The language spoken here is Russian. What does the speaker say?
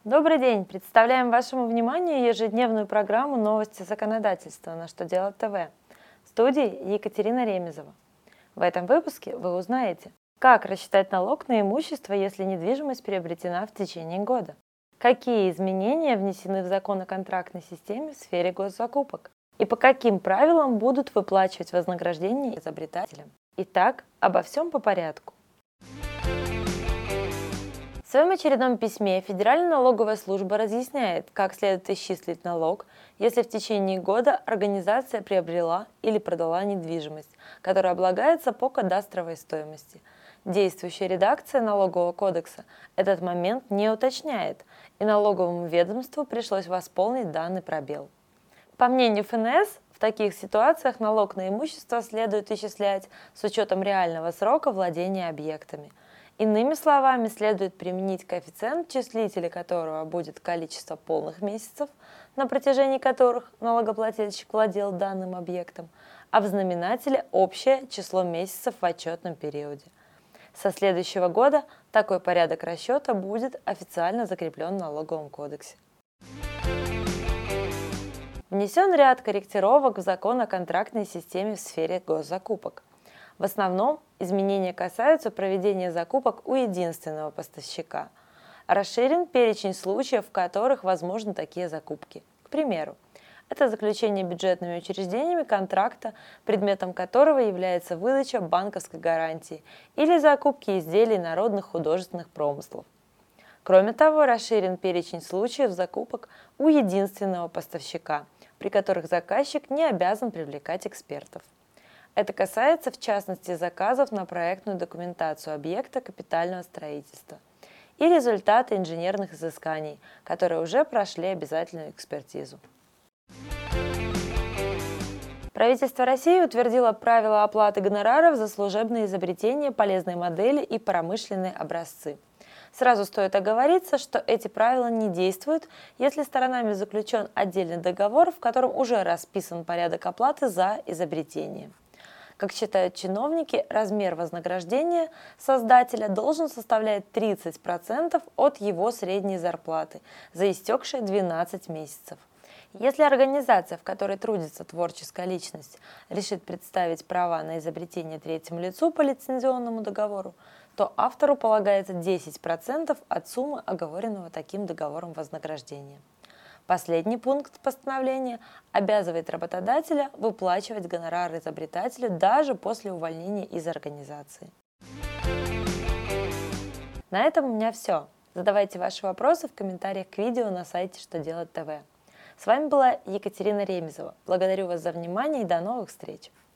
Добрый день! Представляем вашему вниманию ежедневную программу «Новости законодательства» на «Что делать ТВ». В студии Екатерина Ремезова. В этом выпуске вы узнаете, как рассчитать налог на имущество, если недвижимость приобретена в течение года, какие изменения внесены в закон о контрактной системе в сфере госзакупок и по каким правилам будут выплачивать вознаграждение изобретателям. Итак, обо всем по порядку. В своем очередном письме Федеральная налоговая служба разъясняет, как следует исчислить налог, если в течение года организация приобрела или продала недвижимость, которая облагается по кадастровой стоимости. Действующая редакция Налогового кодекса этот момент не уточняет, и налоговому ведомству пришлось восполнить данный пробел. По мнению ФНС, в таких ситуациях налог на имущество следует исчислять с учетом реального срока владения объектами. Иными словами, следует применить коэффициент, числителя которого будет количество полных месяцев, на протяжении которых налогоплательщик владел данным объектом, а в знаменателе общее число месяцев в отчетном периоде. Со следующего года такой порядок расчета будет официально закреплен в Налоговом кодексе. Внесен ряд корректировок в закон о контрактной системе в сфере госзакупок. В основном изменения касаются проведения закупок у единственного поставщика. Расширен перечень случаев, в которых возможны такие закупки. К примеру, это заключение бюджетными учреждениями контракта, предметом которого является выдача банковской гарантии, или закупки изделий народных художественных промыслов. Кроме того, расширен перечень случаев закупок у единственного поставщика, при которых заказчик не обязан привлекать экспертов. Это касается, в частности, заказов на проектную документацию объекта капитального строительства и результаты инженерных изысканий, которые уже прошли обязательную экспертизу. Правительство России утвердило правила оплаты гонораров за служебные изобретения, полезные модели и промышленные образцы. Сразу стоит оговориться, что эти правила не действуют, если сторонами заключен отдельный договор, в котором уже расписан порядок оплаты за изобретение. Как считают чиновники, размер вознаграждения создателя должен составлять 30% от его средней зарплаты за истекшие 12 месяцев. Если организация, в которой трудится творческая личность, решит представить права на изобретение третьему лицу по лицензионному договору, то автору полагается 10% от суммы оговоренного таким договором вознаграждения. Последний пункт постановления обязывает работодателя выплачивать гонорары изобретателю даже после увольнения из организации. На этом у меня все. Задавайте ваши вопросы в комментариях к видео на сайте «Что делать ТВ». С вами была Екатерина Ремезова. Благодарю вас за внимание и до новых встреч!